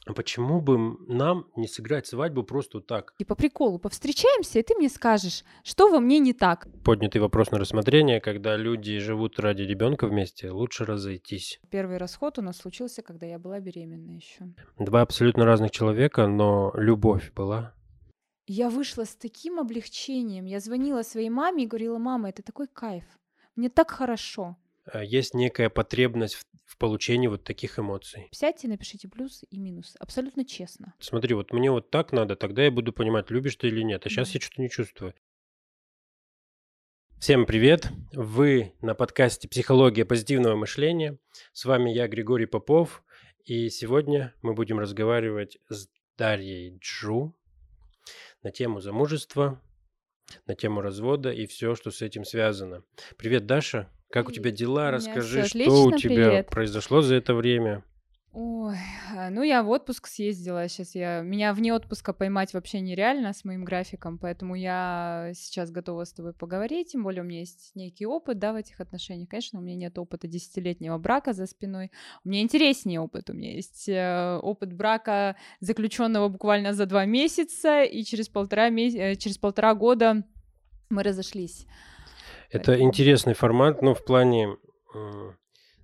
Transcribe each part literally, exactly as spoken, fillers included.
А почему бы м- нам не сыграть свадьбу просто вот так? И по приколу повстречаемся, и ты мне скажешь, что во мне не так. Поднятый вопрос на рассмотрение, когда люди живут ради ребенка вместе, лучше разойтись. Первый расход у нас случился, когда я была беременна еще. Два абсолютно разных человека, но любовь была. Я вышла с таким облегчением. Я звонила своей маме и говорила: мама, это такой кайф. Мне так хорошо. А Есть некая потребность в, в получении вот таких эмоций. Сядьте, напишите плюсы и минусы. Абсолютно честно. Смотри, вот мне вот так надо, тогда я буду понимать, любишь ты или нет. А сейчас Да. я что-то не чувствую. Всем привет! Вы на подкасте «Психология позитивного мышления». С вами я, Григорий Попов. И сегодня мы будем разговаривать с Дарьей Джу на тему замужества, на тему развода и все, что с этим связано. Привет, Даша. Как у тебя Привет. дела? У меня все Расскажи, что у отлично, тебя привет. произошло за это время. Ой, а, ну я в отпуск съездила. Сейчас я меня вне отпуска поймать вообще нереально с моим графиком, поэтому я сейчас готова с тобой поговорить. Тем более у меня есть некий опыт, да, в этих отношениях. Конечно, у меня нет опыта десятилетнего брака за спиной. У меня интереснее опыт. У меня есть э, опыт брака, заключенного буквально за два месяца, и через полтора меся- э, через полтора года мы разошлись. Это Поэтому. интересный формат, ну, в плане... м,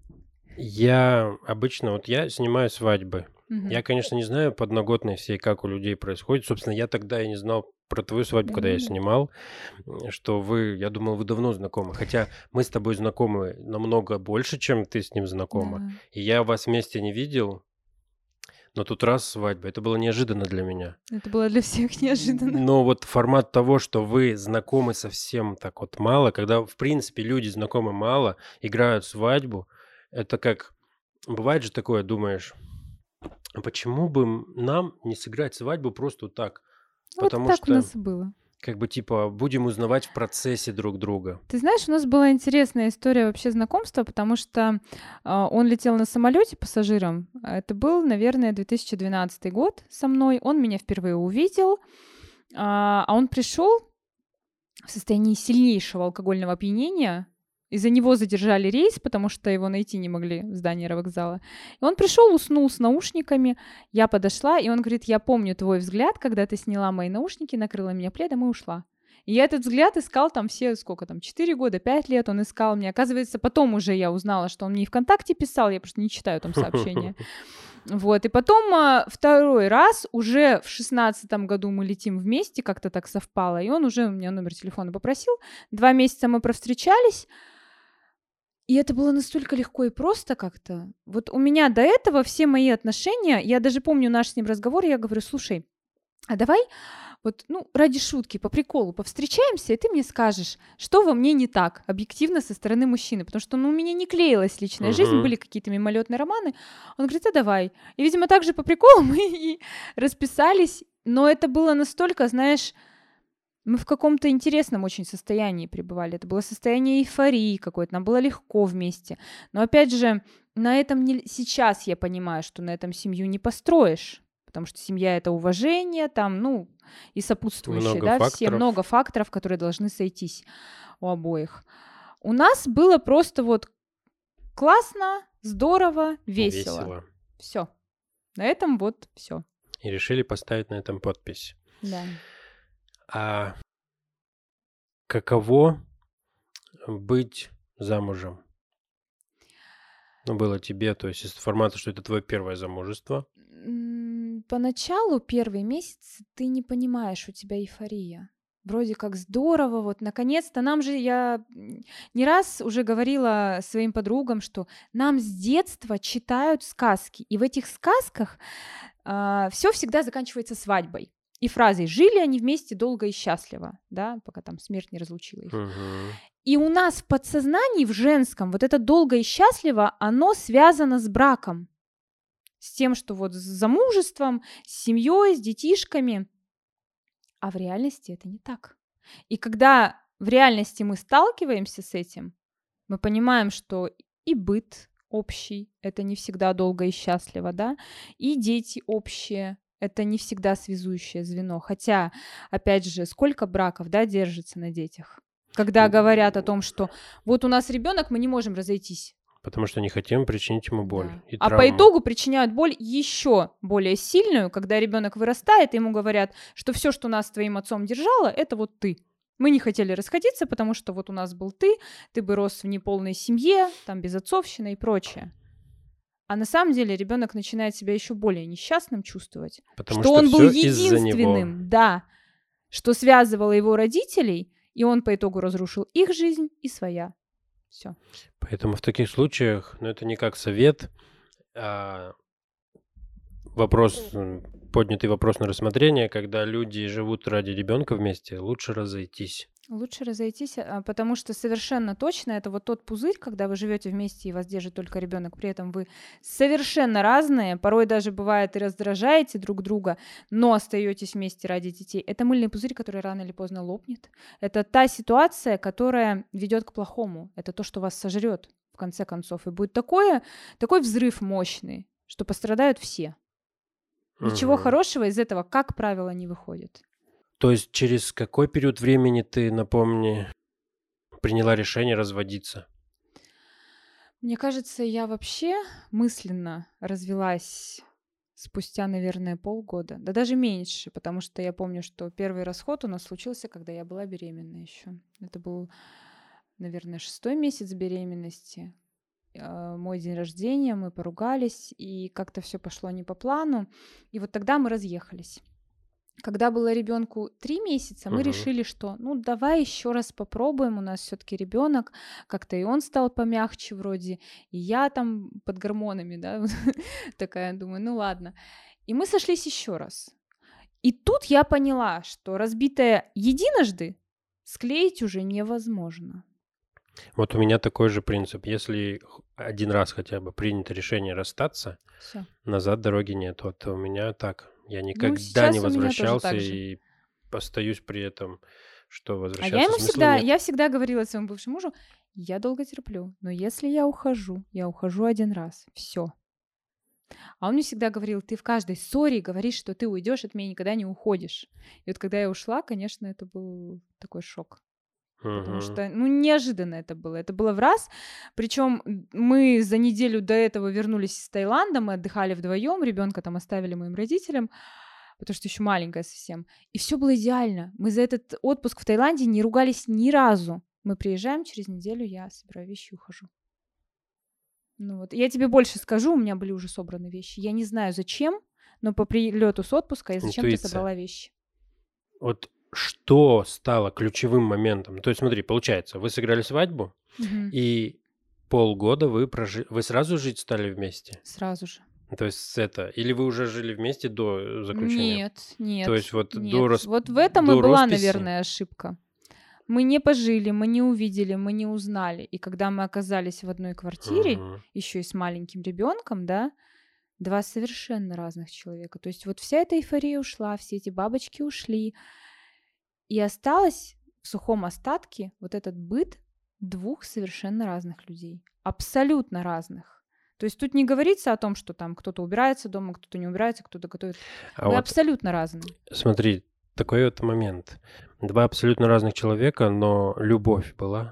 Я обычно, вот я снимаю свадьбы. Мгм. Я, конечно, не знаю подноготной всей, как у людей происходит. Собственно, я тогда и не знал про твою свадьбу, когда Ну я да. снимал, м, что вы, я думал, вы давно знакомы. Хотя мы с тобой знакомы намного больше, чем ты с ним знакома. Да. И я вас вместе не видел, но тут раз свадьба. Это было неожиданно для меня. Это было для всех неожиданно. Но вот формат того, что вы знакомы совсем так вот мало, когда, в принципе, люди знакомы мало, играют свадьбу, это как... Бывает же такое, думаешь, а почему бы м- нам не сыграть свадьбу просто вот так? Вот Потому так у что, нас и было. как бы, типа, будем узнавать в процессе друг друга. Ты знаешь, у нас была интересная история вообще знакомства, потому что а, он летел на самолете пассажиром. А Это был, наверное, две тысячи двенадцатый год со мной. Он меня впервые увидел, а а он пришел в состоянии сильнейшего алкогольного опьянения. Из-за него задержали рейс, потому что его найти не могли в здании аэровокзала. И он пришел, уснул с наушниками. Я подошла, и он говорит: я помню твой взгляд, когда ты сняла мои наушники, накрыла меня пледом и ушла. И я этот взгляд искал там все, сколько там, четыре года, пять лет он искал меня. Оказывается, потом уже я узнала, что он мне и ВКонтакте писал, я просто не читаю там сообщения. Вот, и потом а, второй раз, уже в шестнадцатом году мы летим вместе, как-то так совпало, и он уже у меня номер телефона попросил. Два месяца мы провстречались, и это было настолько легко и просто как-то. Вот у меня до этого все мои отношения, я даже помню наш с ним разговор, я говорю: слушай, а давай вот, ну, ради шутки, по приколу повстречаемся, и ты мне скажешь, что во мне не так, объективно со стороны мужчины, потому что, ну, у меня не клеилась личная жизнь, Мгм. были какие-то мимолетные романы. Он говорит: а давай. И, видимо, так же по приколу мы и расписались, но это было настолько, знаешь, мы в каком-то интересном очень состоянии пребывали. Это было состояние эйфории какой-то, нам было легко вместе. Но опять же, на этом не... сейчас я понимаю, что на этом семью не построишь, потому что семья — это уважение, там, ну, и сопутствующие, Много да, все факторов. много факторов, которые должны сойтись у обоих. У нас было просто вот классно, здорово, весело. Весело. Все. На этом вот все. И решили поставить на этом подпись. Да. А каково быть замужем? Ну, было тебе, то есть из формата, что это твое первое замужество. М, Поначалу первый месяц ты не понимаешь, у тебя эйфория. Вроде как здорово, вот наконец-то нам же, я м, не раз уже говорила своим подругам, что нам с детства читают сказки, и в этих сказках все всегда заканчивается свадьбой и фразой «жили они вместе долго и счастливо», да, пока там смерть не разлучила их. Мгм. И у нас в подсознании, в женском, вот это долго и счастливо, оно связано с браком, с тем, что вот с замужеством, с семьей, с детишками. А в реальности это не так. И когда в реальности мы сталкиваемся с этим, мы понимаем, что и быт общий — это не всегда долго и счастливо, да, и дети общие — это не всегда связующее звено. Хотя, опять же, сколько браков, да, держится на детях? Когда говорят о том, что вот у нас ребенок, мы не можем разойтись. Потому что не хотим причинить ему боль Да. и А по травму. итогу причиняют боль еще более сильную, когда ребенок вырастает, и ему говорят, что все, что нас с твоим отцом держало, это вот ты. Мы не хотели расходиться, потому что вот у нас был ты, ты бы рос в неполной семье, там без отцовщины и прочее. А на самом деле ребенок начинает себя еще более несчастным чувствовать, Потому что что он был всё из-за него. единственным, да, что связывало его родителей, и он по итогу разрушил их жизнь и своя. Все. Поэтому в таких случаях, ну, это не как совет, а вопрос, м, поднятый вопрос на рассмотрение, когда люди живут ради ребенка вместе, лучше разойтись. Лучше разойтись, а, потому что совершенно точно это вот тот пузырь, когда вы живете вместе и вас держит только ребенок, при этом вы совершенно разные, порой даже бывает и раздражаете друг друга, но остаетесь вместе ради детей. Это мыльный пузырь, который рано или поздно лопнет. Это та ситуация, которая ведет к плохому. Это то, что вас сожрет в конце концов. И будет такое, такой взрыв мощный, что пострадают все. Ничего Мгм. хорошего из этого, как правило, не выходит. То есть через какой период времени ты, напомни, приняла решение разводиться? Мне кажется, я вообще мысленно развелась спустя, наверное, полгода, да даже меньше, потому что я помню, что первый расход у нас случился, когда я была беременна еще. Это был, наверное, шестой месяц беременности. э, Мой день рождения, мы поругались, и как-то все пошло не по плану. И вот тогда мы разъехались. Когда было ребенку три месяца, мы Мгм. решили, что ну давай еще раз попробуем, у нас все-таки ребенок, как-то и он стал помягче вроде, и я там под гормонами, да, такая думаю, ну ладно. И мы сошлись еще раз. И тут я поняла, что разбитое единожды склеить уже невозможно. Вот у меня такой же принцип. Если х- один раз хотя бы принято решение расстаться, Все. назад дороги нет. Вот у меня так. Я Ну, никогда сейчас не у меня тоже возвращался так же. и остаюсь при этом, что А я возвращаться ему смысла всегда, нет. я всегда говорила своему бывшему мужу, я долго терплю, но если я ухожу, я ухожу один раз, все. А он мне всегда говорил, ты в каждой ссоре говоришь, что ты уйдешь от меня, никогда не уходишь. И вот когда я ушла, конечно, это был такой шок. Потому Мгм. что, ну, неожиданно это было. Это было в раз. Причем мы за неделю до этого вернулись из Таиланда, мы отдыхали вдвоем, ребенка там оставили моим родителям, потому что еще маленькая совсем. И все было идеально. Мы за этот отпуск в Таиланде не ругались ни разу. Мы приезжаем, через неделю я собираю вещи и ухожу. Ну вот, я тебе больше скажу, у меня были уже собраны вещи. Я не знаю зачем, но по прилету с отпуска я зачем-то Интуиция. собрала вещи. Вот что стало ключевым моментом? То есть смотри, получается, вы сыграли свадьбу, Мгм. и полгода вы прожи... Вы сразу жить стали вместе? Сразу же. То есть это... Или вы уже жили вместе до э, заключения? Нет, То нет, есть вот до, нет. рос... Вот в этом и до была, росписи? наверное, ошибка. Мы не пожили, мы не увидели, мы не узнали. И когда мы оказались в одной квартире, Мгм. еще и с маленьким ребенком, да, два совершенно разных человека. То есть вот вся эта эйфория ушла, все эти бабочки ушли, и осталось в сухом остатке вот этот быт двух совершенно разных людей. Абсолютно разных. То есть тут не говорится о том, что там кто-то убирается дома, кто-то не убирается, кто-то готовит. А Мы вот абсолютно разные. смотри, такой вот момент. Два абсолютно разных человека, но любовь была,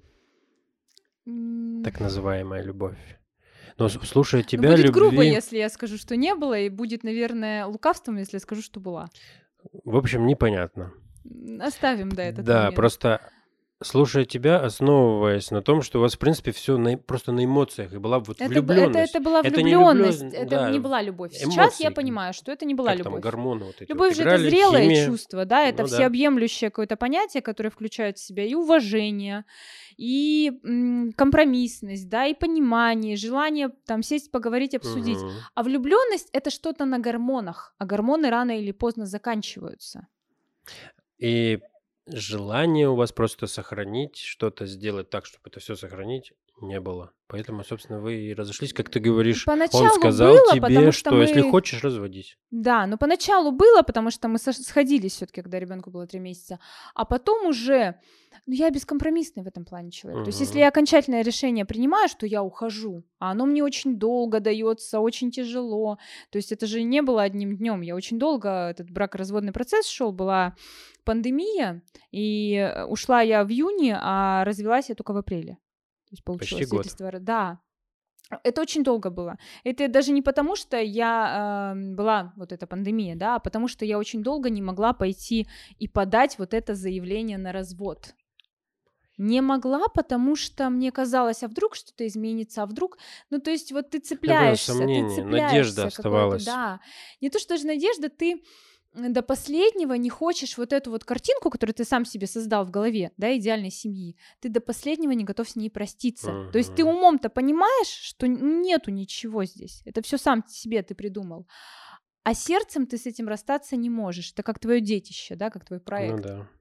М, так называемая любовь. Но с- слушая Ну, тебя, будет грубо, любви, если я скажу, что не было, и будет, наверное, лукавством, если я скажу, что была. в общем, непонятно. М, Оставим, да, этот Да, момент. просто слушая тебя, основываясь на том, что у вас, в принципе, все просто на эмоциях, и была вот Это, б- это, влюбленность. это была Это не влюбленность, влюблён- это да, не была любовь. Сейчас я эмоции, понимаю, что это не была как там, любовь. гормоны вот эти Любовь вот же это играли, зрелое химия. чувство, да, это Ну да. всеобъемлющее какое-то понятие, которое включает в себя и уважение, и м, компромиссность, да, и понимание, желание там сесть, поговорить, обсудить. Мгм. А влюбленность это что-то на гормонах, а гормоны рано или поздно заканчиваются. И желание у вас просто сохранить, что-то сделать так, чтобы это все сохранить, не было. Поэтому, собственно, вы и разошлись, как ты говоришь. Он Поначалу сказал было, тебе, потому что что если мы- хочешь, разводись. Да, но поначалу было, потому что мы сош- сходились все-таки, когда ребенку было три месяца, а потом уже, ну я бескомпромиссный в этом плане человек. То есть если Мгм. я окончательное решение принимаю, что я ухожу, а оно мне очень долго дается, очень тяжело, то есть это же не было одним днем, я очень долго этот бракоразводный процесс шел, была пандемия, и э, ушла я в июне, а развелась я только в апреле. То есть получилось Почти год. свидетельство, ра- да. Это очень долго было. Это даже не потому, что я, ам, была вот эта пандемия, да, а потому что я очень долго не могла пойти и подать вот это заявление на развод. Не могла, потому что мне казалось, а вдруг что-то изменится, а вдруг, ну, то есть вот ты Ну, я понял, цепляешься, ты сомнение, надежда цепляешься какое-то, оставалась. да. Не то, что даже надежда, ты м, до последнего не хочешь вот эту вот картинку, которую ты сам себе создал в голове, да, идеальной семьи, ты до последнего не готов с ней проститься. То есть ты Мгм. умом-то понимаешь, что н- нету ничего здесь. Это все сам себе ты придумал. А сердцем ты с этим расстаться не можешь. Это как твое детище, да, как твой Ну проект. да.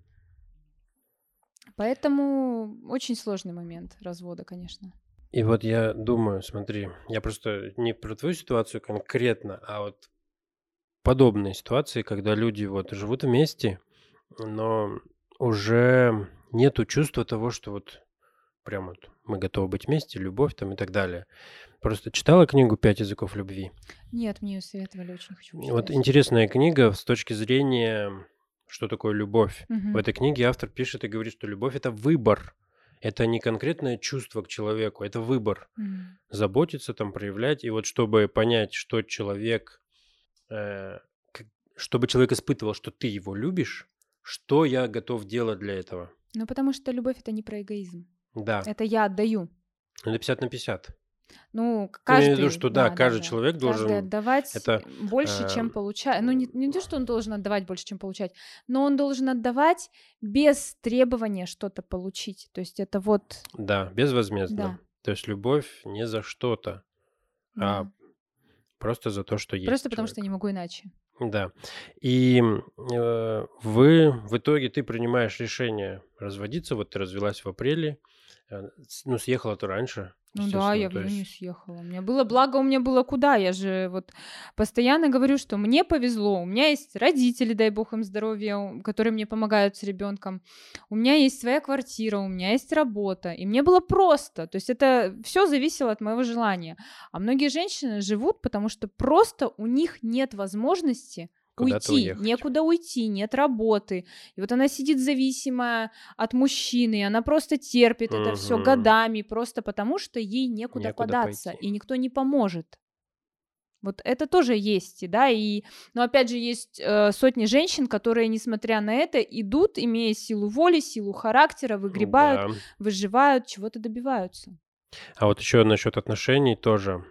Поэтому очень сложный момент развода, конечно. И вот я думаю, смотри, я просто не про твою ситуацию конкретно, а вот подобные ситуации, когда люди вот живут вместе, но уже нету чувства того, что вот прям вот мы готовы быть вместе, любовь там и так далее. Просто читала книгу «Пять языков любви». Нет, мне её советовали, очень хочу Вот почитать. интересная книга с точки зрения, что такое любовь. В Мгм. этой книге автор пишет и говорит, что любовь – это выбор. Это не конкретное чувство к человеку, это выбор. М. Заботиться, там, проявлять. И вот чтобы понять, что человек, э, к- чтобы человек испытывал, что ты его любишь, что я готов делать для этого. Ну, потому что любовь — это не про эгоизм. Да, Это я отдаю. это пятьдесят на пятьдесят. Ну, к Ну, имею в виду, каждый, что да, каждый да-да-да. человек Каждый должен отдавать, это, э, больше, э, чем получа ну, не не то, что он должен отдавать больше, чем получать, но он должен отдавать без требования что-то получить. То есть это вот да, безвозмездно. да, То есть любовь не за что-то, а да. просто за то, что Просто есть потому что человек. не могу иначе. Да. И м, э, вы в итоге ты принимаешь решение разводиться. Вот ты развелась в апреле. э, с- Ну, съехала ты раньше, Ну да, естественно. я в То июне есть, съехала. У меня было, благо у меня было куда. Я же вот постоянно говорю, что мне повезло. У меня есть родители, дай бог им здоровья, у- которые мне помогают с ребенком. У меня есть своя квартира, у меня есть работа. И мне было просто. То есть это все зависело от моего желания. А многие женщины живут, потому что просто у них нет возможности куда-то уйти, уехать. некуда уйти, нет работы. И вот она сидит зависимая от мужчины, и она просто терпит это все Мгм. годами, просто потому что ей некуда Некуда податься, пойти. и никто не поможет. Вот это тоже есть, и да, и, но опять же есть э, сотни женщин, которые, несмотря на это, идут, имея силу воли, силу характера, выгребают, Да. выживают, чего-то добиваются. А вот еще насчет отношений тоже.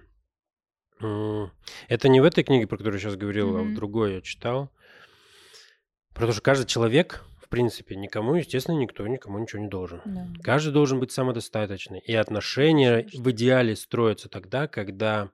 М, Это не в этой книге, про которую я сейчас говорил, а в Мгм. другой я читал. Потому что каждый человек, в принципе, никому, естественно, никто никому ничего не должен. Да, Каждый должен быть самодостаточный. И это очень отношения важно. в идеале строятся тогда, когда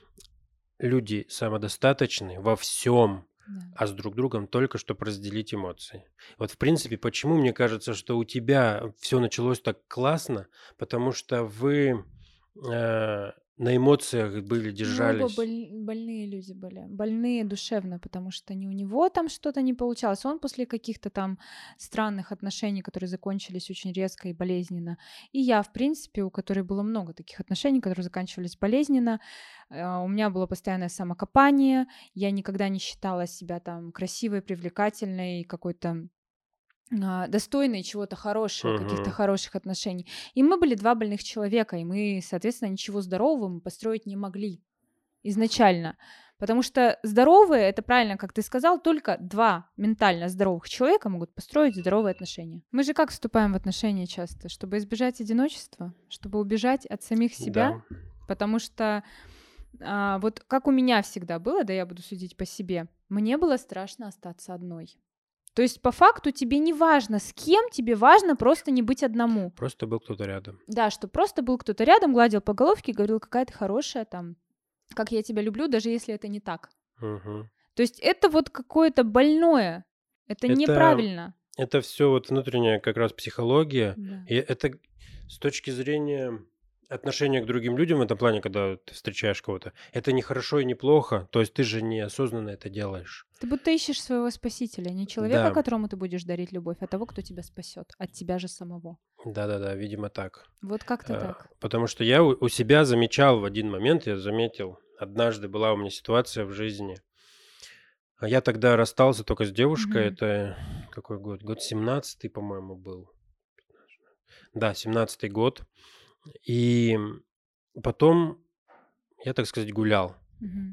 люди самодостаточны во всем, Да. а с друг другом только чтобы разделить эмоции. Вот, в принципе, почему мне кажется, что у тебя все началось так классно, потому что вы э, на эмоциях были, Мы оба держались. боль- больные люди были, больные душевно, потому что не у него там что-то не получалось, он после каких-то там странных отношений, которые закончились очень резко и болезненно, и я, в принципе, у которой было много таких отношений, которые заканчивались болезненно, э, у меня было постоянное самокопание, я никогда не считала себя там красивой, привлекательной, какой-то а, достойные чего-то хорошего, каких-то Мгм. хороших отношений. И мы были два больных человека, и мы, соответственно, ничего здорового мы построить не могли изначально. Потому что здоровые, это правильно, как ты сказал, только два ментально здоровых человека могут построить здоровые отношения. Мы же как вступаем в отношения часто? Чтобы избежать одиночества, чтобы убежать от самих себя, Да. потому что а, вот как у меня всегда было, да я буду судить по себе, мне было страшно остаться одной. То есть по факту тебе не важно с кем, тебе важно просто не быть одному. Просто был кто-то рядом. Да, что просто был кто-то рядом, гладил по головке и говорил, какая ты хорошая, там, как я тебя люблю, даже если это не так. Мгм. То есть это вот какое-то больное, это Это неправильно. это все вот внутренняя как раз психология. Да. И это с точки зрения отношения к другим людям в этом плане, когда ты встречаешь кого-то, это не хорошо и не плохо. То есть ты же неосознанно это делаешь. Ты будто ищешь своего спасителя, не человека, Да, которому ты будешь дарить любовь, а того, кто тебя спасет от тебя же самого. да-да-да, видимо, так. Вот как-то Э, так. потому что я у у себя замечал в один момент, я заметил, однажды была у меня ситуация в жизни. А я тогда расстался только с девушкой. Мгм. Это какой год? Год семнадцатый, по-моему, был. Да, семнадцатый год. И потом я, так сказать, гулял. Мгм.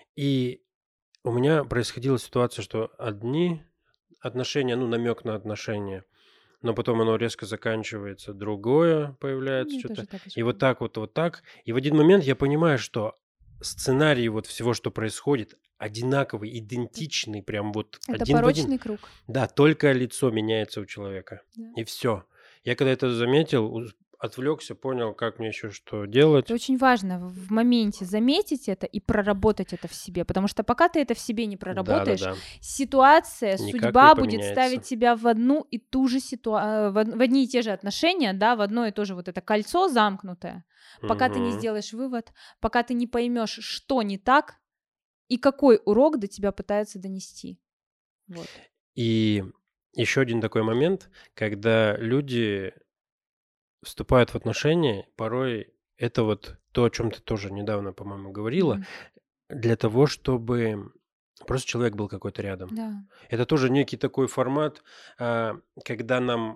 И у меня происходила ситуация, что одни отношения, ну, намек на отношения, но потом оно резко заканчивается, другое У появляется меня что-то. тоже так же И вот было. так вот, вот так. И в один момент я понимаю, что сценарий вот всего, что происходит, одинаковый, Это, идентичный, прям вот это один в один. порочный круг. Да, только лицо меняется у человека. Да. И все. Я когда это заметил, уз- отвлекся, понял, как мне еще что Это делать. очень важно в в моменте заметить это и проработать это в себе, потому что пока ты это в себе не Да, да, проработаешь, да. ситуация, Никак не судьба будет ставить поменяется. тебя в одну и ту же ситуацию, в, од- в одни и те же отношения, да, в одно и то же вот это кольцо замкнутое, пока ты не Мгм. сделаешь вывод, пока ты не поймешь, что не так и какой урок до тебя пытаются донести. Вот. И еще один такой момент, когда люди вступают в отношения, порой это вот то, о чем ты тоже недавно, по-моему, говорила, Мгм. для того, чтобы просто человек был какой-то рядом. Да. Это тоже некий такой формат, а, когда нам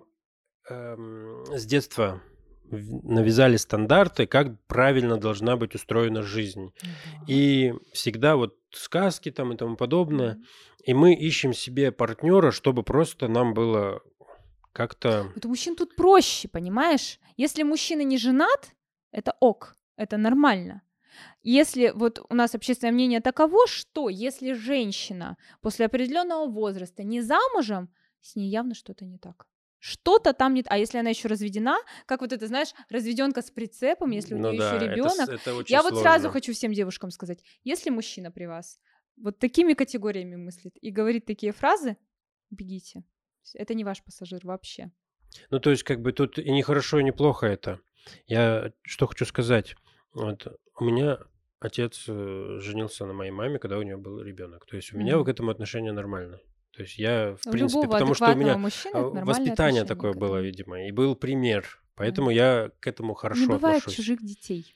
эм, с детства в- навязали стандарты, как правильно должна быть устроена жизнь. Ну да. И всегда вот сказки там и тому подобное. Мгм. И мы ищем себе партнера, чтобы просто нам было как-то... Вот у мужчин тут проще, понимаешь? Если мужчина не женат, это ок, это нормально. Если вот у нас общественное мнение таково, что если женщина после определенного возраста не замужем, с ней явно что-то не так. Что-то там нет. А если она еще разведена, как вот это, знаешь, разведенка с прицепом, если у Ну нее еще да, это, с- ребенок. это очень Я вот сразу сложно. хочу всем девушкам сказать, если мужчина при вас вот такими категориями мыслит и говорит такие фразы, бегите. Это не ваш пассажир вообще. Ну, то есть, как бы тут и не хорошо, и не плохо это. Я что хочу сказать. Вот у меня отец э, женился на моей маме, когда у нее был ребенок. То есть у меня Мгм. к этому отношение нормальное. То есть я, в У принципе, любого потому что у адекватного меня мужчины а, это нормальное воспитание отношение такое к было, этому. видимо, и был пример. Да. Поэтому я к этому Не хорошо бывает отношусь. чужих детей.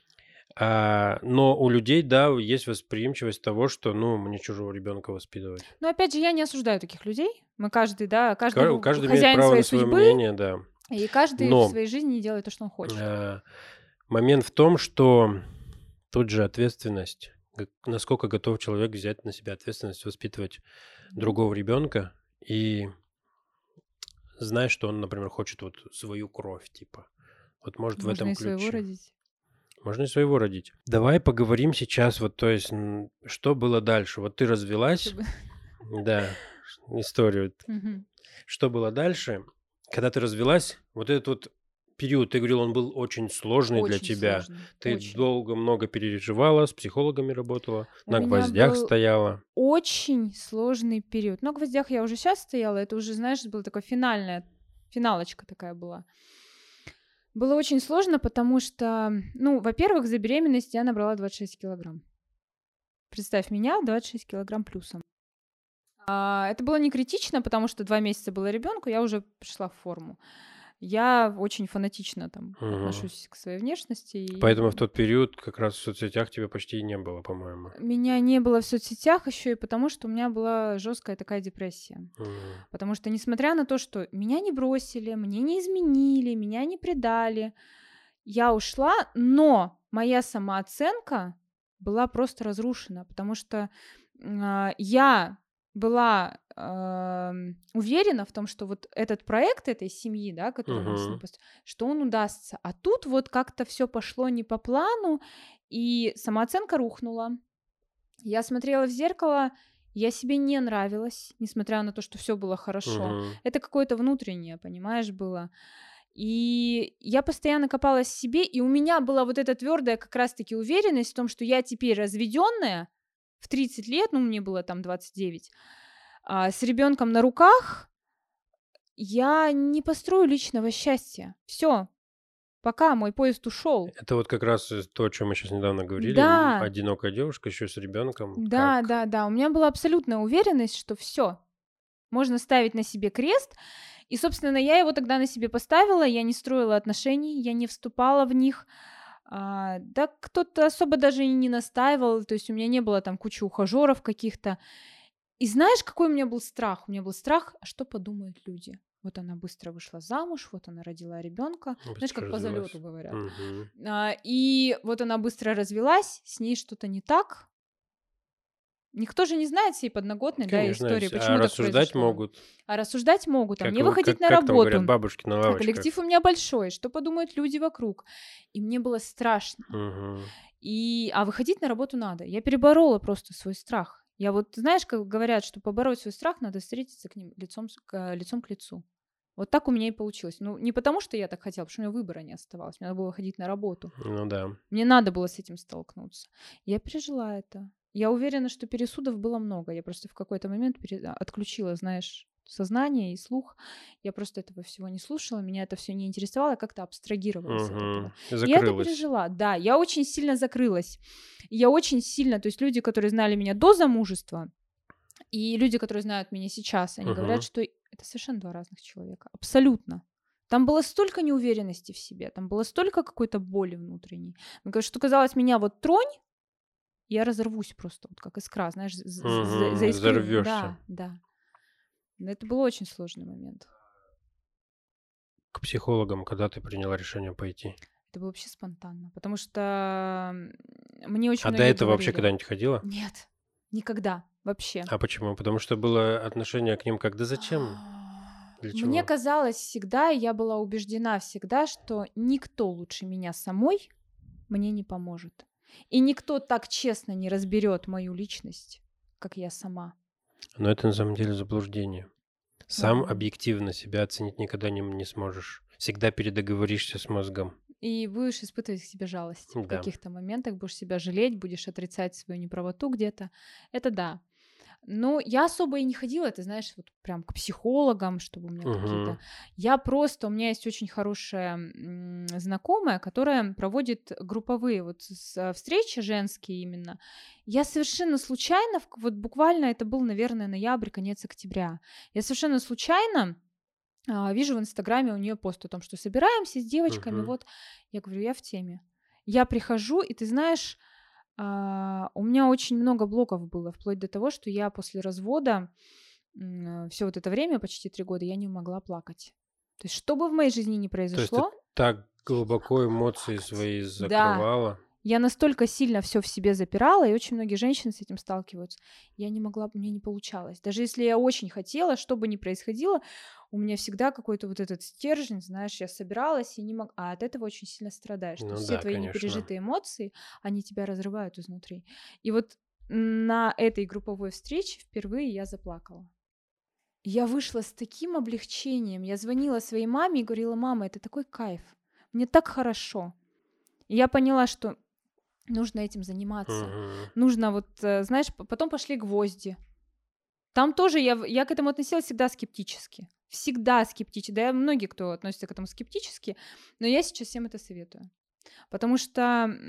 А, но у людей, да, есть восприимчивость того, что, ну, мне чужого ребенка воспитывать. Но опять же, я не осуждаю таких людей. Мы каждый, да, каждый Ка- в- Каждый имеет хозяин право своей на свое судьбы, мнение, да. и каждый в Но своей жизни делает то, что он хочет. э, момент в том, что тут же ответственность. г- Насколько готов человек взять на себя ответственность воспитывать Да. другого ребенка и знать, что он, например, хочет вот свою кровь, типа. Вот может в Можно этом и своего ключе. родить. Можно и своего родить. Давай поговорим сейчас, вот, то есть, м, что было дальше. Вот ты развелась, Чтобы... да, историю. Мгм. Что было дальше? Когда ты развелась, вот этот вот период, ты говорил, он был очень сложный для Очень тебя. сложно. Ты Очень. долго, много переживала, с психологами работала, У на меня гвоздях был стояла. очень сложный период. На гвоздях я уже сейчас стояла, это уже, знаешь, была такая финальная, финалочка такая была. Было очень сложно, потому что, ну, во-первых, за беременность я набрала двадцать шесть килограмм. Представь меня, двадцать шесть килограмм плюсом. А, это было не критично, потому что два месяца было ребенку, я уже пришла в форму. Я очень фанатично там Мгм. отношусь к своей внешности. И Поэтому в тот период как раз в соцсетях тебя почти и не было, по-моему. меня не было в соцсетях еще и потому, что у меня была жесткая такая депрессия. Мгм. Потому что, несмотря на то, что меня не бросили, мне не изменили, меня не предали, я ушла, но моя самооценка была просто разрушена, потому что м, а, я была ам, уверена в том, что вот этот проект этой семьи, да, который мы с ним Мгм. пост- что он удастся. А тут вот как-то все пошло не по плану, и самооценка рухнула. Я смотрела в зеркало, я себе не нравилась, несмотря на то, что все было хорошо. Мгм. Это какое-то внутреннее, понимаешь, было. И я постоянно копалась в себе, и у меня была вот эта твердая как раз-таки уверенность в том, что я теперь разведенная в тридцать лет, ну, мне было там двадцать девять, а, с ребенком на руках, я не построю личного счастья. Все, пока мой поезд ушел. Это вот как раз э, то, о чем мы сейчас недавно говорили. м, Да, Одинокая девушка еще с ребенком. да, Как? да, да. У меня была абсолютная уверенность, что все, можно ставить на себе крест. И, собственно, я его тогда на себе поставила. Я не строила отношений, я не вступала в них. А, да, кто-то особо даже и не настаивал. То есть у меня не было там кучи ухажеров каких-то. И знаешь, какой у меня был страх? У меня был страх, а что подумают люди? Вот она быстро вышла замуж, вот она родила ребенка. Знаешь, Быстро как по развелась. залету говорят. Мгм. А, и вот она быстро развелась, с ней что-то не так. Никто же не знает всей подноготной, да, Конечно, а истории, с а почему так рассуждать произошло. могут. А рассуждать могут, а Как мне вы выходить как на как там говорят, работу, бабушки на а лавочках. коллектив у меня большой, что подумают люди вокруг. И мне было страшно. Мгм. И, а выходить на работу надо. Я переборола просто свой страх. Я вот, знаешь, как говорят, что побороть свой страх, надо встретиться к ним лицом, с- к, лицом к лицу. Вот так у меня и получилось. Ну, не потому, что я так хотела, потому что у меня выбора не оставалось. Мне надо было ходить на работу. Ну да. Мне надо было с этим столкнуться. Я пережила это. Я уверена, что пересудов было много. Я просто в какой-то момент пере- а, отключила, знаешь, сознание и слух. Я просто этого всего не слушала, меня это все не интересовало, я как-то абстрагировалась от этого. Мгм. И я это Закрылась. пережила, да, я очень сильно закрылась. И я очень сильно, то есть люди, которые знали меня до замужества, и люди, которые знают меня сейчас, они говорят, Мгм. что это совершенно два разных человека. Абсолютно. Там было столько неуверенности в себе, там было столько какой-то боли внутренней. Мне кажется, что казалось, меня вот тронь, и я разорвусь просто, вот как искра, знаешь, з- з- з- Мгм. заискрю. Взорвёшься. Да, да. Но это был очень сложный момент. К психологам, когда ты приняла решение пойти? Это было вообще спонтанно, потому что м, мне очень А до многие этого вообще говорили: когда-нибудь ходила? нет, никогда вообще. А почему? Потому что было отношение к ним как: "Да зачем? А, Для Мне чего?" казалось всегда, и я была убеждена всегда, что никто лучше меня самой мне не поможет. И никто так честно не разберет мою личность, как я сама. Но это на самом деле заблуждение. Сам Мгм. объективно себя оценить никогда не не сможешь. Всегда передоговоришься с мозгом. И будешь испытывать к себе жалость. В Да. каких-то моментах будешь себя жалеть, будешь отрицать свою неправоту где-то. Это да. Но я особо и не ходила, ты знаешь, вот прям к психологам, чтобы у меня какие-то... Мгм. Я просто... У меня есть очень хорошая м, знакомая, которая проводит групповые вот с- а, встречи женские именно. Я совершенно случайно, в- вот буквально это был, наверное, ноябрь, конец октября. Я совершенно случайно а, вижу в Инстаграме у нее пост о том, что собираемся с девочками. Мгм. Вот, я говорю, я в теме. Я прихожу, и ты знаешь, а, у меня очень много блоков было, вплоть до того, что я после развода все вот это время, почти три года, я не могла плакать. То есть, что бы в моей жизни ни То есть ты произошло, так я не глубоко могла эмоции плакать. свои Да, закрывала. я настолько сильно все в себе запирала, и очень многие женщины с этим сталкиваются. Я не могла, мне не получалось. Даже если я очень хотела, что бы ни происходило, у меня всегда какой-то вот этот стержень, знаешь, я собиралась и не могла. А от этого очень сильно страдаешь. То Ну есть все да, твои конечно. непережитые эмоции, они тебя разрывают изнутри. И вот на этой групповой встрече впервые я заплакала. Я вышла с таким облегчением. Я звонила своей маме и говорила: мама, это такой кайф. Мне так хорошо. И я поняла, что нужно этим заниматься. Мгм. Нужно вот, э, знаешь, п- потом пошли гвозди. Там тоже я, в- я к этому относилась всегда скептически. Всегда скептически. Да, многие, кто относится к этому скептически, но я сейчас всем это советую. Потому что,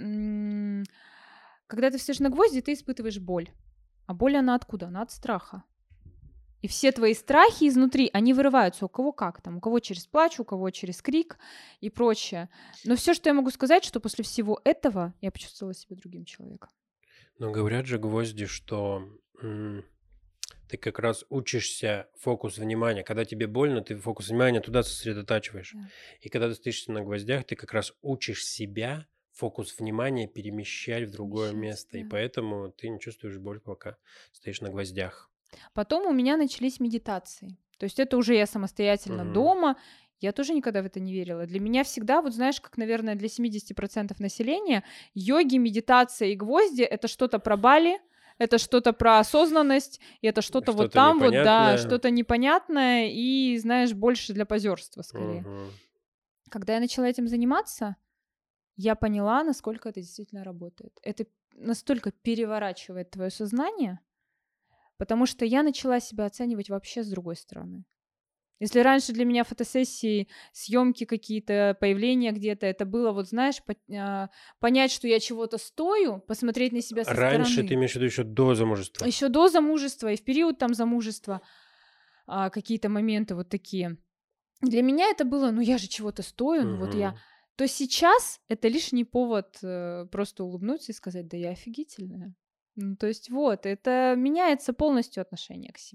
м, когда ты встаешь на гвозди, ты испытываешь боль. А боль, она откуда? Она от страха. И все твои страхи изнутри, они вырываются у кого как там, у кого через плач, у кого через крик и прочее. Но все, что я могу сказать, что после всего этого я почувствовала себя другим человеком. Но говорят же гвозди, что м, ты как раз учишься фокус внимания. Когда тебе больно, ты фокус внимания туда сосредотачиваешь. Да, И когда ты стоишься на гвоздях, ты как раз учишь себя фокус внимания перемещать в другое вещать, место. И да. поэтому ты не чувствуешь боль, пока стоишь на гвоздях. Потом у меня начались медитации. То есть это уже я самостоятельно Мгм. дома. Я тоже никогда в это не верила. Для меня всегда, вот знаешь, как, наверное, для семьдесят процентов населения, йоги, медитация и гвозди — это что-то про Бали, это что-то про осознанность, и это что-то вот Что-то там вот, да, непонятное. что-то непонятное и, знаешь, больше для позерства скорее. Мгм. Когда я начала этим заниматься, я поняла, насколько это действительно работает. Это настолько переворачивает твое сознание, потому что я начала себя оценивать вообще с другой стороны. Если раньше для меня фотосессии, съемки какие-то, появления где-то, это было, вот знаешь, по- а, понять, что я чего-то стою, посмотреть на себя со Раньше ты стороны. имеешь в виду еще до замужества? Еще до замужества и в период там замужества а, какие-то моменты вот такие. Для меня это было, ну я же чего-то стою, ну вот я. Мгм. То сейчас это лишний повод э, просто улыбнуться и сказать, да я офигительная. Ну, то есть вот, это меняется полностью отношение к себе.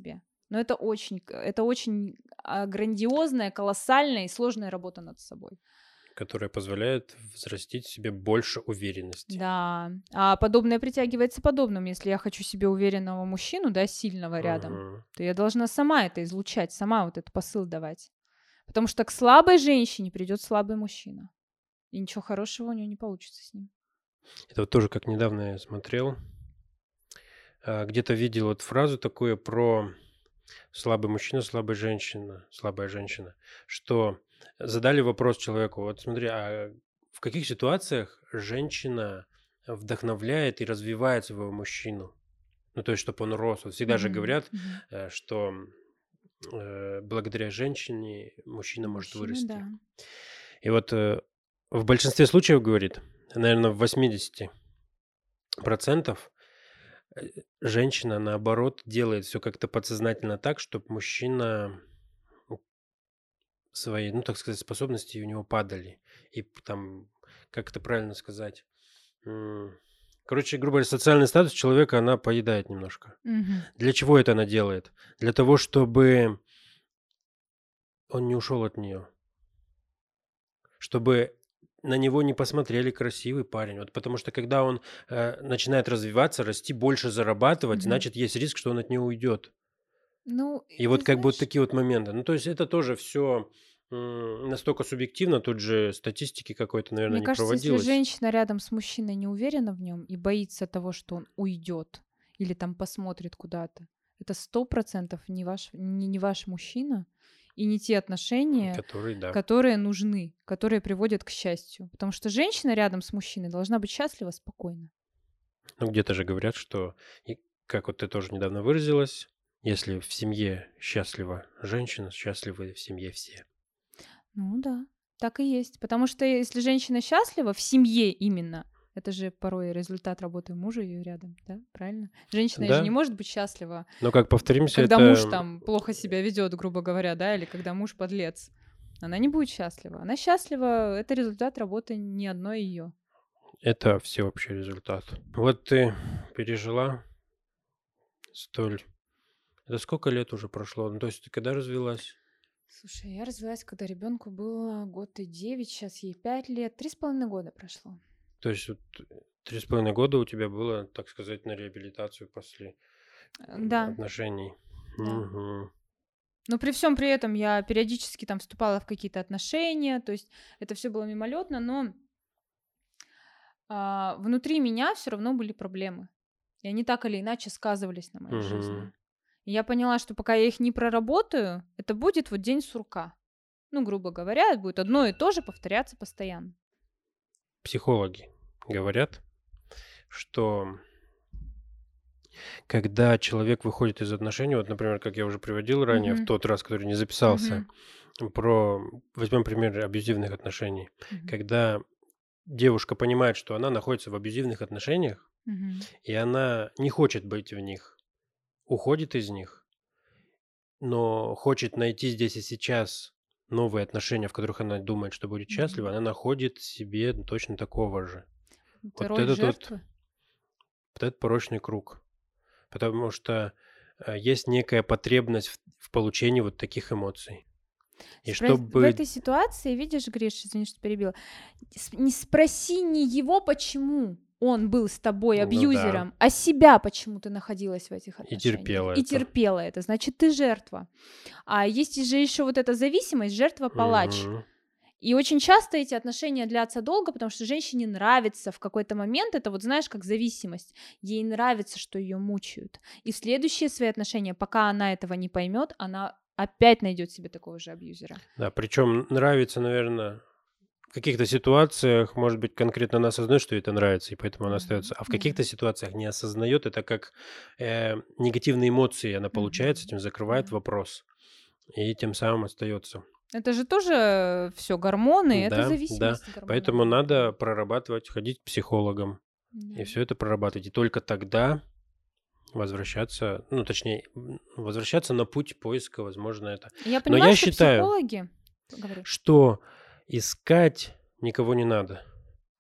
Но это очень, к- это очень а, грандиозная, колоссальная и сложная работа над собой. Которая позволяет взрастить в себе больше уверенности. Да, а подобное притягивается подобным. Если я хочу себе уверенного мужчину, да, сильного рядом, Мгм. то я должна сама это излучать, сама вот этот посыл давать. Потому что к слабой женщине придет слабый мужчина. И ничего хорошего у нее не получится с ним. Это вот тоже как недавно я смотрел, а, где-то видел вот фразу такую про слабый мужчина, слабая женщина, слабая женщина, что задали вопрос человеку, вот смотри, а в каких ситуациях женщина вдохновляет и развивает своего мужчину? Ну, то есть, чтобы он рос. Вот всегда же Мгм, говорят, мгм. э, что э, благодаря женщине мужчина может Мужчина, вырасти. да. И вот э, в большинстве случаев, говорит, наверное, в восемьдесят процентов э, женщина, наоборот, делает все как-то подсознательно так, чтобы мужчина м, свои, ну, так сказать, способности у него падали. И п- там, как это правильно сказать? М, Короче, грубо говоря, социальный статус человека она поедает немножко. Мгм. Для чего это она делает? Для того, чтобы он не ушел от нее. Чтобы на него не посмотрели красивый парень. Вот потому что когда он э, начинает развиваться, расти, больше зарабатывать, Мгм. значит, есть риск, что он от нее уйдет. Ну, и И ты вот как бы вот знаешь, такие вот моменты. Ну, то есть это тоже все настолько субъективно. Тут же статистики какой-то, наверное, мне не кажется, если проводилось. женщина рядом с мужчиной не уверена в нем и боится того, что он уйдет или там посмотрит куда-то, это сто процентов не ваш, не, не ваш мужчина и не те отношения, Который, да. которые нужны, которые приводят к счастью. Потому что женщина рядом с мужчиной должна быть счастлива, спокойна. Ну, где-то же говорят, что, и как вот ты тоже недавно выразилась, если в семье счастлива женщина, счастливы в семье все. Ну да, так и есть. Потому что если женщина счастлива в семье именно, это же порой результат работы мужа ее рядом, да, правильно? Женщина же не Да, может быть счастлива, но, как повторимся, когда муж это там плохо себя ведет, грубо говоря, да, или когда муж подлец. Она не будет счастлива. Она счастлива, это результат работы не одной ее. Это всеобщий результат. Вот ты пережила столь... Это сколько лет уже прошло? Ну, то есть ты когда развелась? Слушай, я развелась, когда ребенку было год и девять, сейчас ей пять лет, три с половиной года прошло. То есть вот три с половиной года у тебя было, так сказать, на реабилитацию после Э, м, Да, отношений. да. Мгм. Но при всем при этом я периодически там вступала в какие-то отношения, то есть это все было мимолетно, но а, внутри меня все равно были проблемы. И они так или иначе сказывались на моей Мгм. жизни. И я поняла, что пока я их не проработаю, это будет вот день сурка. Ну, грубо говоря, это будет одно и то же повторяться постоянно. Психологи говорят, что когда человек выходит из отношений, вот, например, как я уже приводил ранее, в Мгм. тот раз, который не записался, Мгм. про, возьмем пример абьюзивных отношений. Мгм. Когда девушка понимает, что она находится в абьюзивных отношениях, Мгм. и она не хочет быть в них, уходит из них, но хочет найти здесь и сейчас новые отношения, в которых она думает, что будет счастлива, Мгм. она находит себе точно такого же. Это Вот роль этот вот, жертвы. вот этот порочный круг. Потому что э, есть некая потребность в, в получении вот таких эмоций. И Спро- В чтобы... этой ситуации, видишь, Гриш, извини, что перебила, с- не спроси не его, почему он был с тобой Ну да, абьюзером, а себя, почему ты находилась в этих и отношениях. терпела И это. терпела это. Значит, ты жертва. А есть же еще вот эта зависимость, жертва-палач. Мгм. И очень часто эти отношения длятся долго, потому что женщине нравится в какой-то момент, это вот знаешь, как зависимость. Ей нравится, что ее мучают. И в следующие свои отношения, пока она этого не поймет, она опять найдет себе такого же абьюзера. Да, причем нравится, наверное, в каких-то ситуациях, может быть, конкретно она осознает, что ей это нравится, и поэтому она Мгм. остается. А в каких-то Мгм. ситуациях не осознает, это как э, негативные эмоции она получает, с Мгм. этим закрывает Да. вопрос, и тем самым остается. Это же тоже все гормоны, это Да, да. зависимость Поэтому гормональная надо приводит. прорабатывать, ходить к психологам, Да. и все это прорабатывать. И только тогда возвращаться, ну, точнее, м, возвращаться на путь поиска, возможно, это. Я Но понимаю, я что считаю, психологи. Говори. что искать никого не надо.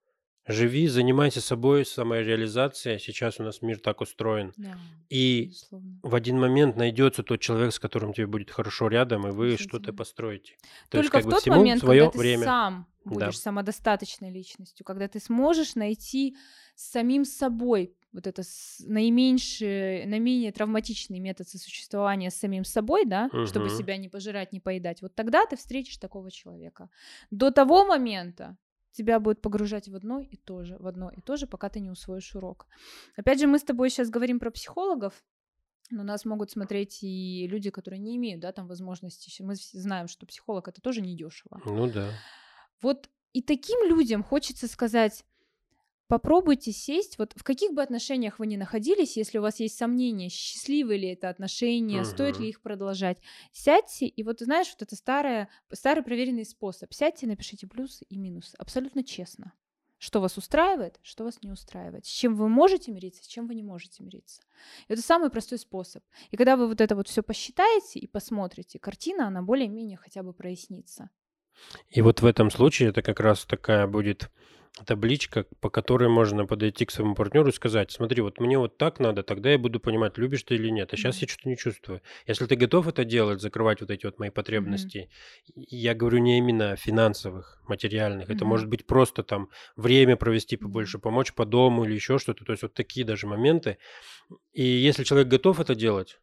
Живи, занимайся собой, самореализацией. Сейчас у нас мир так устроен. Да, И безусловно. в один момент найдется тот человек, с которым тебе будет хорошо рядом, и вы что-то Обязательно. построите. То есть Только как в бы тот всему момент, когда свое ты время. сам будешь Да. самодостаточной личностью, когда ты сможешь найти с самим собой вот это с- наименьший, наименее травматичный метод сосуществования с самим собой, да, чтобы Мгм. себя не пожирать, не поедать, вот тогда ты встретишь такого человека. До того момента тебя будет погружать в одно и то же, в одно и то же, пока ты не усвоишь урок. Опять же, мы с тобой сейчас говорим про психологов, но нас могут смотреть и люди, которые не имеют, да, там возможности. Щ- Мы все знаем, что психолог это тоже недешево. Ну да. Вот и таким людям хочется сказать: попробуйте сесть, вот в каких бы отношениях вы ни находились, если у вас есть сомнения, счастливы ли это отношения, стоит ли Мгм. их продолжать, сядьте, и вот знаешь, вот это старое, старый проверенный способ. Сядьте, напишите плюсы и минусы, абсолютно честно. Что вас устраивает, что вас не устраивает, с чем вы можете мириться, с чем вы не можете мириться. Это самый простой способ. И когда вы вот это вот все посчитаете и посмотрите, картина, она более-менее хотя бы прояснится. И вот в этом случае это как раз такая будет табличка, по которой можно подойти к своему партнеру и сказать: смотри, вот мне вот так надо, тогда я буду понимать, любишь ты или нет. А сейчас Да. я что-то не чувствую. Если ты готов это делать, закрывать вот эти вот мои Мгм. потребности, и я говорю не именно финансовых, материальных, это Мгм. может быть просто там время провести Да. побольше, помочь по дому или еще что-то. То есть вот такие даже моменты. И если человек готов это делать,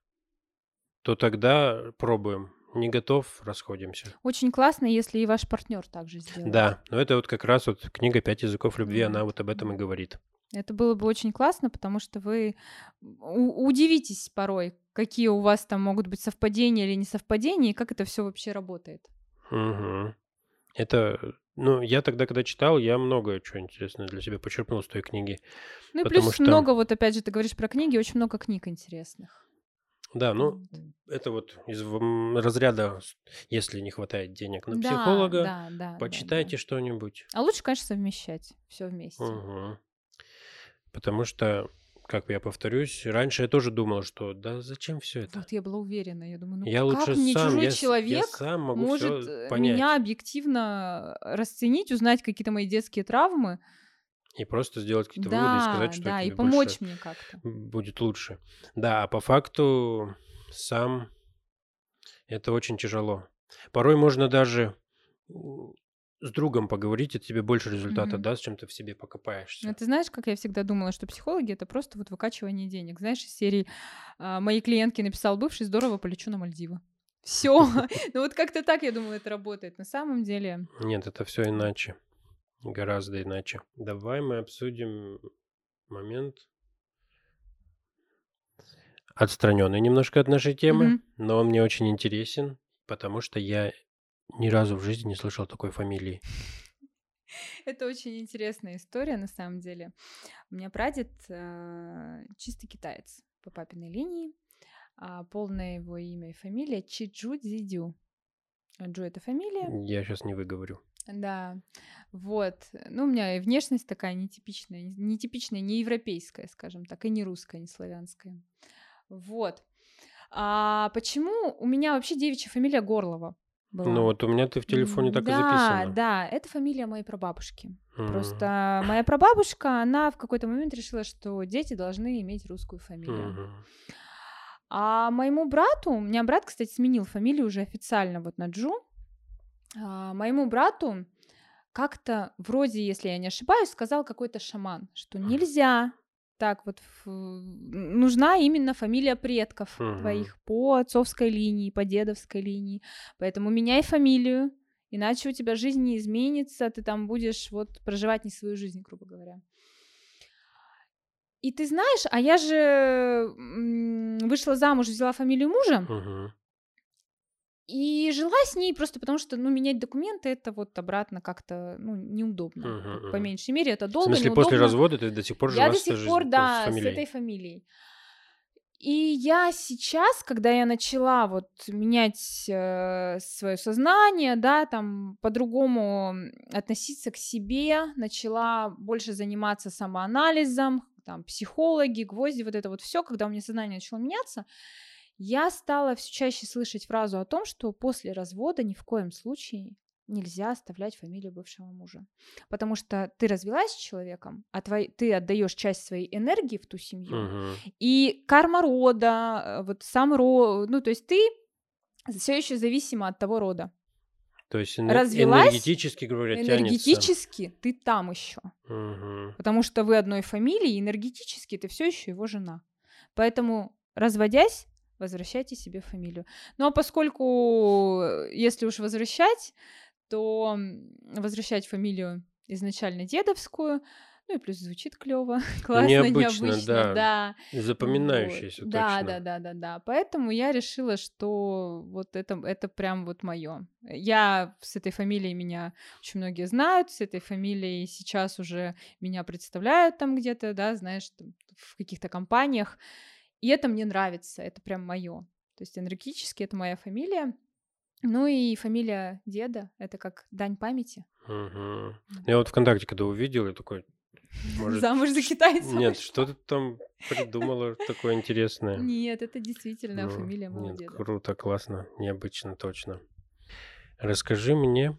то тогда пробуем. Не готов — расходимся. Очень классно, если и ваш партнер также сделает. Да, но это вот как раз вот книга «Пять языков любви», она Вот, вот об этом и вот. говорит. Это было бы очень классно, потому что вы у- удивитесь порой, какие у вас там могут быть совпадения или несовпадения, и как это все вообще работает. Мгм. Это, ну, я тогда, когда читал, я много чего интересного для себя почерпнул из той книги, Ну и потому плюс что, много, вот опять же, ты говоришь про книги, очень много книг интересных. да, ну, Вот. это вот из в- разряда, с- если не хватает денег на Да, психолога, да, да, да, да. почитайте что-нибудь. А лучше, конечно, совмещать все вместе. Мгм. Потому что, как я повторюсь, раньше я тоже думал, что да зачем все это? Вот я была уверена. Я думаю, ну Я как лучше мне сам, чужой я, с- я человек сам могу может все э, меня понять. объективно расценить, узнать какие-то мои детские травмы? И просто сделать какие-то выводы и сказать, Да, что да, и тебе больше помочь мне как-то. будет лучше. Да, а по факту сам это очень тяжело. Порой можно даже м, с другом поговорить, и тебе больше результата Мгм. даст, чем ты в себе Ну, покопаешься. ты знаешь, как я всегда думала, что психологи — это просто вот выкачивание денег. Знаешь, из серии, а, моей клиентке написал бывший: "Здорово, полечу на Мальдивы". Все. Ну, вот как-то так, я думаю, это работает. На самом деле Нет, это все нет. иначе, гораздо иначе. Давай мы обсудим момент отстраненный немножко от нашей темы, Мгм. но он мне очень интересен, потому что я ни разу в жизни не слышал такой фамилии. Это очень интересная история, на самом деле. У меня прадед, а, чистый китаец по папиной линии. А, полное его имя и фамилия — Чиджу Цзидю. А, Джу — это фамилия. Я сейчас не выговорю. Да, вот. Ну, у меня и внешность такая нетипичная, не- нетипичная, не европейская, скажем так, и не русская, не славянская. Вот. А почему у меня вообще девичья фамилия Горлова Ну была? вот у меня ты в телефоне М, так и Да, записано. да, это фамилия моей прабабушки. Мгм. Просто моя прабабушка, она в какой-то момент решила, что дети должны иметь русскую фамилию. Мгм. А моему брату, у меня брат, кстати, сменил фамилию уже официально вот на Джу. А, моему брату как-то, вроде, если я не ошибаюсь, сказал какой-то шаман, что нельзя так вот, ф- нужна именно фамилия предков Мгм. твоих по отцовской линии, по дедовской линии. Поэтому меняй фамилию, иначе у тебя жизнь не изменится, ты там будешь вот проживать не свою жизнь, грубо говоря. И ты знаешь, а я же м, вышла замуж, взяла фамилию мужа, Мгм. и жила с ней просто потому, что, ну, менять документы — это вот обратно как-то, ну, неудобно. Мгм. По, по Мгм. меньшей мере, это В долго, смысле, после неудобно. развода ты до сих пор Я жила до с этой сих пор, жизнью, ну, с да, с этой фамилией? фамилией. И я сейчас, когда я начала вот менять свое сознание, да, там по-другому м, относиться к себе, начала больше заниматься самоанализом, там психологи, гвозди, вот это вот все, когда у меня сознание начало меняться, я стала все чаще слышать фразу о том, что после развода ни в коем случае нельзя оставлять фамилию бывшего мужа. Потому что ты развелась с человеком, а твой, ты отдаешь часть своей энергии в ту семью, Мгм. и карма рода, э, вот сам род, ну, то есть ты все еще зависима от того рода. То есть эне- Развелась, энергетически, говоря, тянется. энергетически ты там еще. Мгм. Потому что вы одной фамилии, и энергетически ты все еще его жена. Поэтому, разводясь, возвращайте себе фамилию. Ну а поскольку, э, если уж возвращать, то м, возвращать фамилию изначально дедовскую, ну и плюс звучит клево, Ну, классно, необычно, необычно, да. да. И Вот. запоминающееся Да, точно. да, да, да, да. Поэтому я решила, что вот это, это прям вот мое. Я с этой фамилией, меня очень многие знают, с этой фамилией сейчас уже меня представляют там где-то, да, знаешь, там, в каких-то компаниях. И это мне нравится, это прям мое. То есть энергетически это моя фамилия. Ну и фамилия деда — это как дань памяти. Мгм. Да. Я вот ВКонтакте, когда увидел, я такой, может, Замуж за ш- китайца нет, вышла. что ты там придумала такое интересное? Нет, это действительно Ну, фамилия моего нет, деда. круто, классно, необычно, точно. Расскажи мне,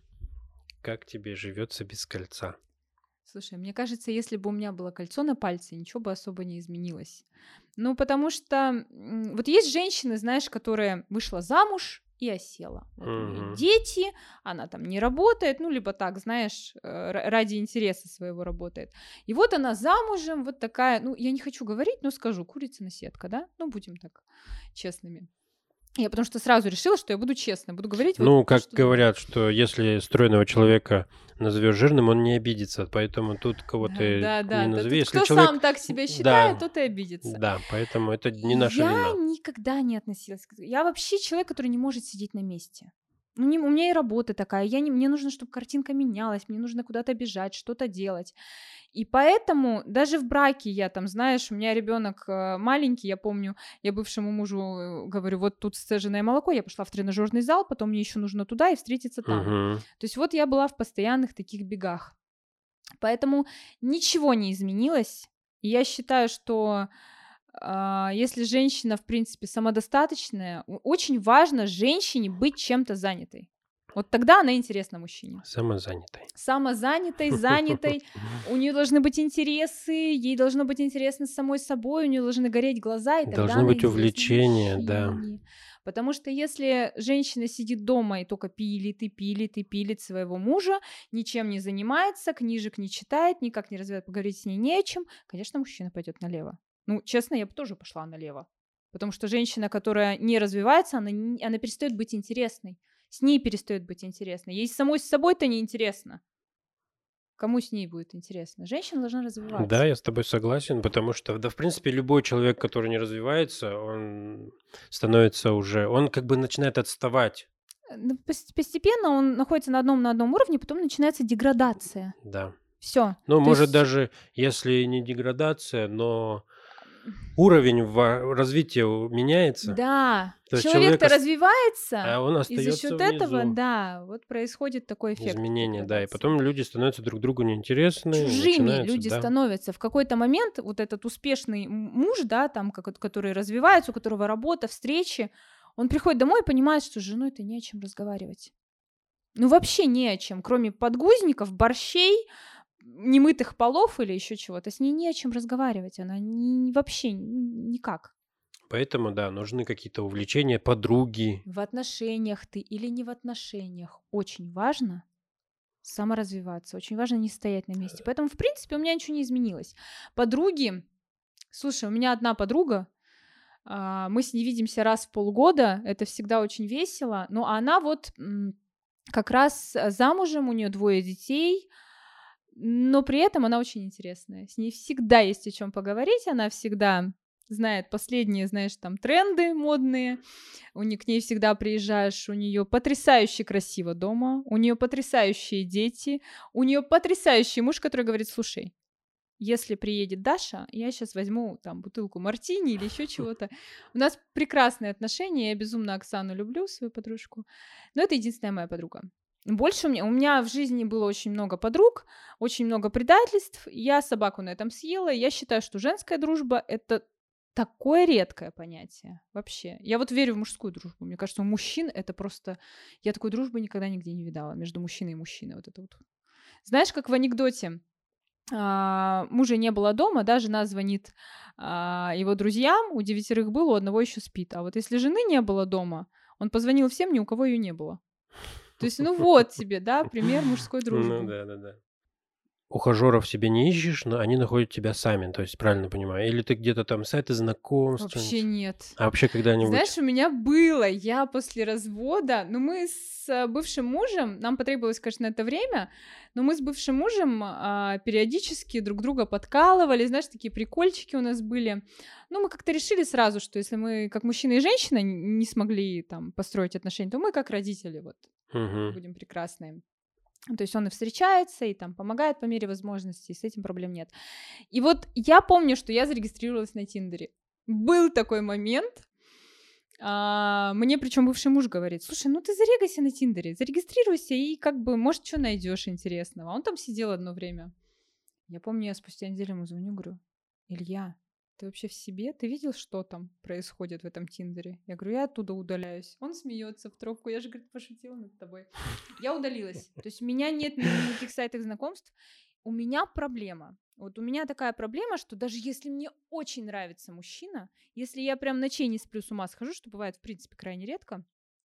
как тебе живется без кольца? Слушай, мне кажется, если бы у меня было кольцо на пальце, ничего бы особо не изменилось. Ну, потому что м, вот есть женщины, знаешь, которая вышла замуж и осела. Вот у нее Мгм. дети, она там не работает, ну, либо так, знаешь, э, ра- ради интереса своего работает. И вот она замужем, вот такая, ну, я не хочу говорить, но скажу, курица на сетка, да? Ну, будем так честными. Я потому что сразу решила, что я буду честна, буду говорить вот Ну, то, как что знаю. говорят, что если стройного человека назовешь жирным, он не обидится, поэтому тут кого Да, ты да, не да. Да назови. тут Если кто сам человек... так себя считает, Да, тот и обидится. да, поэтому это не наша Я вина. никогда не относилась к... Я вообще человек, который не может сидеть на месте. Ну, не- у меня и работа такая. Я не, мне нужно, чтобы картинка менялась, мне нужно куда-то бежать, что-то делать. И поэтому даже в браке я там, знаешь, у меня ребенок э, маленький, я помню, я бывшему мужу э, говорю, вот тут сцеженное молоко, я пошла в тренажерный зал, потом мне еще нужно туда и встретиться там. Мгм. То есть вот я была в постоянных таких бегах. Поэтому ничего не изменилось. И я считаю, что а, если женщина, в принципе, самодостаточная, о- очень важно женщине быть чем-то занятой. Вот тогда она интересна мужчине. Самозанятой. Самозанятой, занятой, у нее должны быть интересы, ей должно быть интересно с самой собой, у нее должны гореть глаза, и тогда Должно она быть интересна увлечение, да. мужчине. Потому что если женщина сидит дома и только пилит и пилит и пилит своего мужа, ничем не занимается, книжек не читает, никак не развивает, поговорить с ней не о чем, конечно, мужчина пойдет налево. Ну, честно, я бы тоже пошла налево. Потому что женщина, которая не развивается, она, не- она перестает быть интересной. С ней перестает быть интересно. Ей самой с собой-то не интересно. Кому с ней будет интересно? Женщина должна Да, развиваться. я с тобой согласен, потому что, да, в принципе, любой человек, который не развивается, он становится уже, он как бы начинает отставать, Э, ну, пос- Постепенно он находится на одном на одном уровне, потом начинается деградация. да. Все. Ну, То может, есть даже если не деградация, но уровень в развития у- меняется. да, То есть человек, человек-то ос- развивается, а он и за остается счет этого, внизу. да, вот происходит такой эффект Изменения, да, и деградации. потом люди становятся друг другу неинтересны, и Чужими начинается, люди да. становятся. В какой-то момент вот этот успешный м- муж, да, там, как, вот, который развивается, у которого работа, встречи, он приходит домой и понимает, что с женой-то не о чем разговаривать. Ну, вообще не о чем, кроме подгузников, борщей, немытых полов или еще чего-то. С ней не о чем разговаривать. Она ни- вообще н- никак. Поэтому, да, нужны какие-то увлечения, подруги. В отношениях ты или не в отношениях. Очень важно саморазвиваться. Очень важно не стоять на месте. Поэтому, в принципе, у меня ничего не изменилось. Подруги, слушай, у меня одна подруга, а, мы с ней видимся раз в полгода, это всегда очень весело, но она вот м, как раз э, замужем, у нее двое детей, но при этом она очень интересная. С ней всегда есть о чем поговорить, она всегда знает последние, знаешь, там тренды модные. У нее к ней всегда приезжаешь, у нее потрясающе красиво дома, у нее потрясающие дети, у нее потрясающий муж, который говорит: слушай, если приедет Даша, я сейчас возьму там бутылку мартини или еще чего-то. У нас прекрасные отношения, я безумно Оксану люблю, свою подружку, но это единственная моя подруга. Больше у меня, у меня в жизни было очень много подруг, очень много предательств. Я собаку на этом съела. И я считаю, что женская дружба — это такое редкое понятие вообще. Я вот верю в мужскую дружбу. Мне кажется, у мужчин это просто... Я такой дружбы никогда нигде не видала между мужчиной и мужчиной. Вот это вот. Знаешь, как в анекдоте. А, мужа не было дома, да, жена звонит а, его друзьям, у девятерых было, у одного еще спит. А вот если жены не было дома, он позвонил всем, ни у кого ее не было. То есть, ну вот тебе, да, пример мужской дружбы. Ну да, да, да. Ухажеров себе не ищешь, но они находят тебя сами, то есть правильно понимаю? Или ты где-то там сайты знакомств? Вообще что-нибудь? нет. А вообще когда-нибудь? Знаешь, у меня было, я после развода, ну мы с э, бывшим мужем, нам потребовалось, конечно, это время, но мы с бывшим мужем а, периодически друг друга подкалывали, знаешь, такие прикольчики у нас были. Ну, мы как-то решили сразу, что если мы как мужчина и женщина н- не смогли там построить отношения, то мы как родители вот Мгм. будем прекрасные. То есть он и встречается, и там помогает по мере возможности, и с этим проблем нет. И вот я помню, что я зарегистрировалась на Тиндере. Был такой момент. а, Мне причем бывший муж говорит: слушай, ну ты зарегайся на Тиндере, зарегистрируйся, и как бы, может, что найдешь интересного. Он там сидел одно время. Я помню, я спустя неделю ему звоню, говорю: Илья, ты вообще в себе? Ты видел, что там происходит в этом Тиндере? Я говорю: я оттуда удаляюсь. Он смеется в трубку. Я же, говорит, пошутила над тобой. Я удалилась. То есть у меня нет ни- никаких сайтов знакомств. У меня проблема. Вот у меня такая проблема, что даже если мне очень нравится мужчина, если я прям ночей не сплю, с ума схожу, что бывает, в принципе, крайне редко,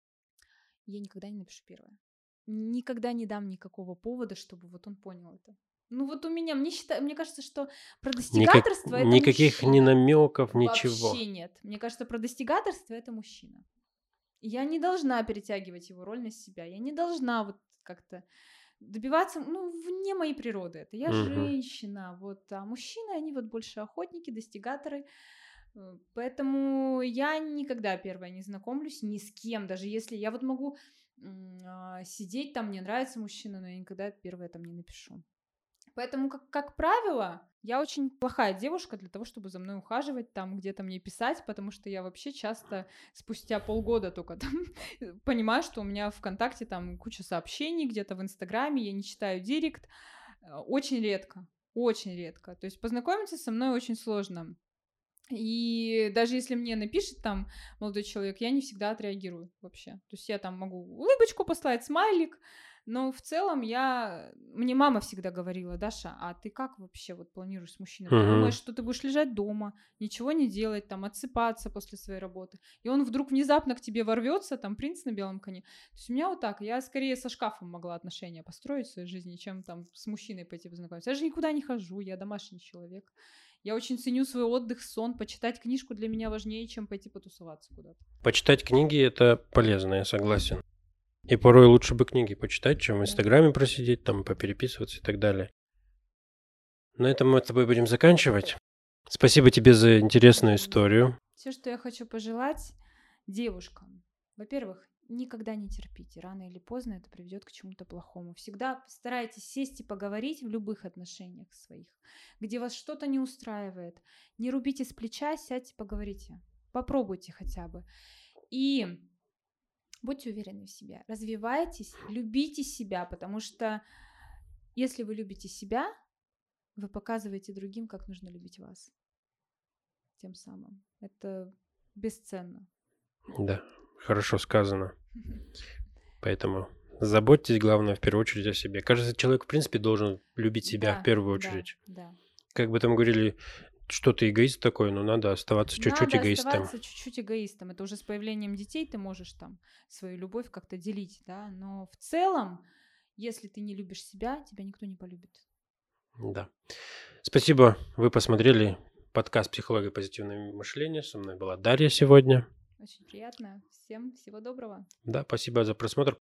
я никогда не напишу первое. Никогда не дам никакого повода, чтобы вот он понял это. Ну вот у меня, мне, счита- мне кажется, что про Никак- достигаторство это никаких ни мужчина. намеков, ничего. Вообще нет. Мне кажется, про достигаторство это мужчина. Я не должна перетягивать его роль на себя. Я не должна вот как-то добиваться, ну, вне моей природы это. Я Мгм. женщина, вот, а мужчины, они вот больше охотники, достигаторы. Э, Поэтому я никогда первая не знакомлюсь ни с кем, даже если я вот могу м, а, сидеть там, мне нравится мужчина, но я никогда первая там не напишу. Поэтому, как, как правило, я очень плохая девушка для того, чтобы за мной ухаживать, там где-то мне писать, потому что я вообще часто спустя полгода только там понимаю, что у меня ВКонтакте там куча сообщений, где-то в Инстаграме, я не читаю директ. Э, Очень редко, очень редко. То есть познакомиться со мной очень сложно. И даже если мне напишет там молодой человек, я не всегда отреагирую вообще. То есть я там могу улыбочку послать, смайлик, но в целом я... Мне мама всегда говорила: Даша, а ты как вообще вот планируешь с мужчиной? Ты Мгм. думаешь, что ты будешь лежать дома, ничего не делать, там, отсыпаться после своей работы, и он вдруг внезапно к тебе ворвется, там, принц на белом коне. То есть у меня вот так. Я скорее со шкафом могла отношения построить в своей жизни, чем там с мужчиной пойти познакомиться. Я же никуда не хожу, я домашний человек. Я очень ценю свой отдых, сон. Почитать книжку для меня важнее, чем пойти потусоваться куда-то. Почитать книги – это полезно, я согласен. И порой лучше бы книги почитать, чем в Да. Инстаграме просидеть, там попереписываться и так далее. На этом мы с тобой будем заканчивать. Спасибо тебе за интересную историю. Все, что я хочу пожелать девушкам. Во-первых, никогда не терпите. Рано или поздно это приведет к чему-то плохому. Всегда постарайтесь сесть и поговорить в любых отношениях своих, где вас что-то не устраивает. Не рубите с плеча, сядьте, поговорите. Попробуйте хотя бы. И будьте уверены в себе. Развивайтесь, любите себя, потому что если вы любите себя, вы показываете другим, как нужно любить вас. Тем самым. Это бесценно. Да, хорошо сказано. Поэтому заботьтесь, главное, в первую очередь о себе. Кажется, человек, в принципе, должен любить себя Да, в первую да, очередь. да. Как бы там говорили, что ты эгоист такой, но надо оставаться чуть-чуть Надо эгоистом. оставаться чуть-чуть эгоистом. Это уже с появлением детей ты можешь там свою любовь как-то делить, да. Но в целом, если ты не любишь себя, тебя никто не полюбит. Да. Спасибо, вы посмотрели подкаст «Психология позитивного мышления». Со мной была Дарья сегодня. Очень приятно. Всем всего доброго. Да, спасибо за просмотр.